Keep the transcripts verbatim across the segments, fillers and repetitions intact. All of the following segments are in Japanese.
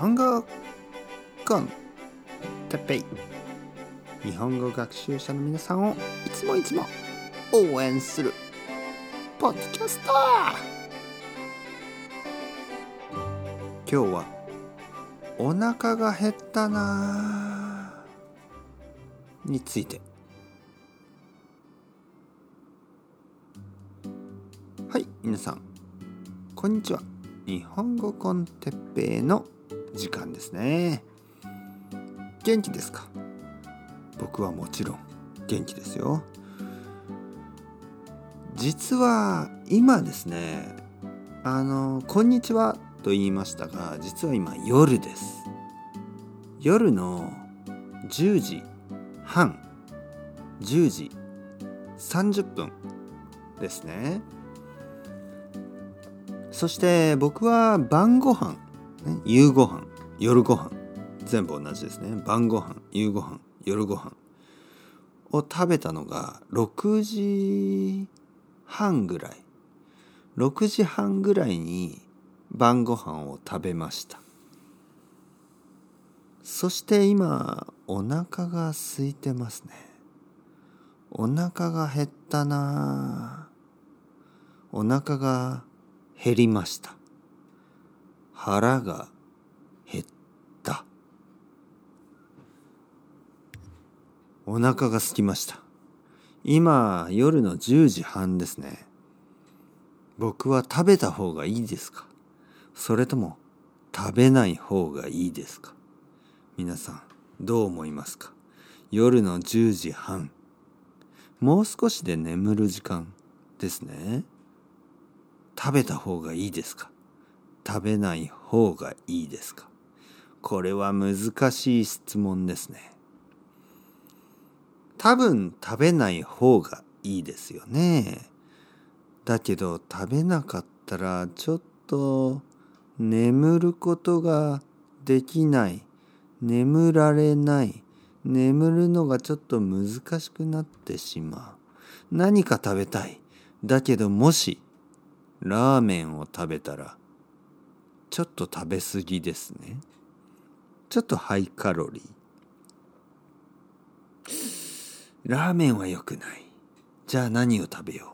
本語コンテッペイ、日本語学習者の皆さんをいつもいつも応援するポッドキャスト。今日はお腹が減ったなについて。はい、皆さんこんにちは。日本語コンテッペイの時間ですね。元気ですか？僕はもちろん元気ですよ。実は今ですね、あのこんにちはと言いましたが、実は今夜です。夜のじゅうじはん、じゅうじさんじゅっぷんですね。そして僕は晩ご飯、ね、夕ご飯、夜ご飯全部同じですね。晩ご飯、夕ご飯、夜ご飯を食べたのがろくじはんぐらい。ろくじはんぐらいに晩ご飯を食べました。そして今お腹が空いてますね。お腹が減ったな。お腹が減りました。腹が減った。お腹が空きました。今夜のじゅうじはんですね。僕は食べた方がいいですか？それとも食べない方がいいですか？皆さんどう思いますか？夜のじゅうじはん、もう少しで眠る時間ですね。食べた方がいいですか？食べない方がいいですか？これは難しい質問ですね。多分食べない方がいいですよね。だけど食べなかったらちょっと眠ることができない、眠られない、眠るのがちょっと難しくなってしまう。何か食べたい。だけどもしラーメンを食べたらちょっと食べ過ぎですね。ちょっとハイカロリー。ラーメンは良くない。じゃあ何を食べよ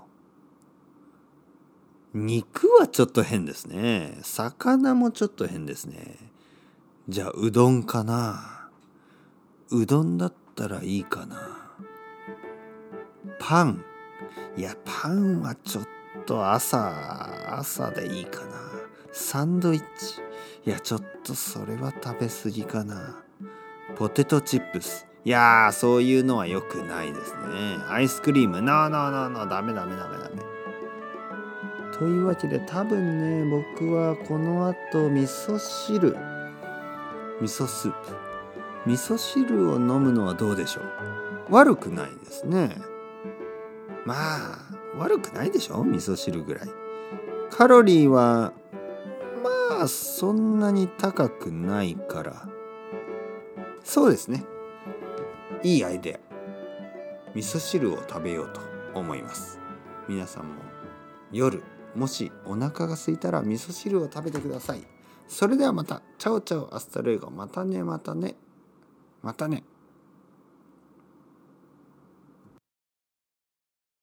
う。肉はちょっと変ですね。魚もちょっと変ですね。じゃあうどんかな。うどんだったらいいかな。パン。いやパンはちょっと朝朝でいいかな。サンドイッチ。いやちょっとそれは食べ過ぎかな。ポテトチップス。いやーそういうのは良くないですね。アイスクリーム。ノーノーノーノーダメダメダメダメ。というわけで多分ね、僕はこの後味噌汁、味噌スープ、味噌汁を飲むのはどうでしょう。悪くないですね。まあ悪くないでしょ、味噌汁ぐらい。カロリーはまあそんなに高くないから、そうですね、いいアイデア。味噌汁を食べようと思います。皆さんも夜もしお腹が空いたら味噌汁を食べてください。それではまた。チャオチャオアスタルエゴ。またねまたねまたね。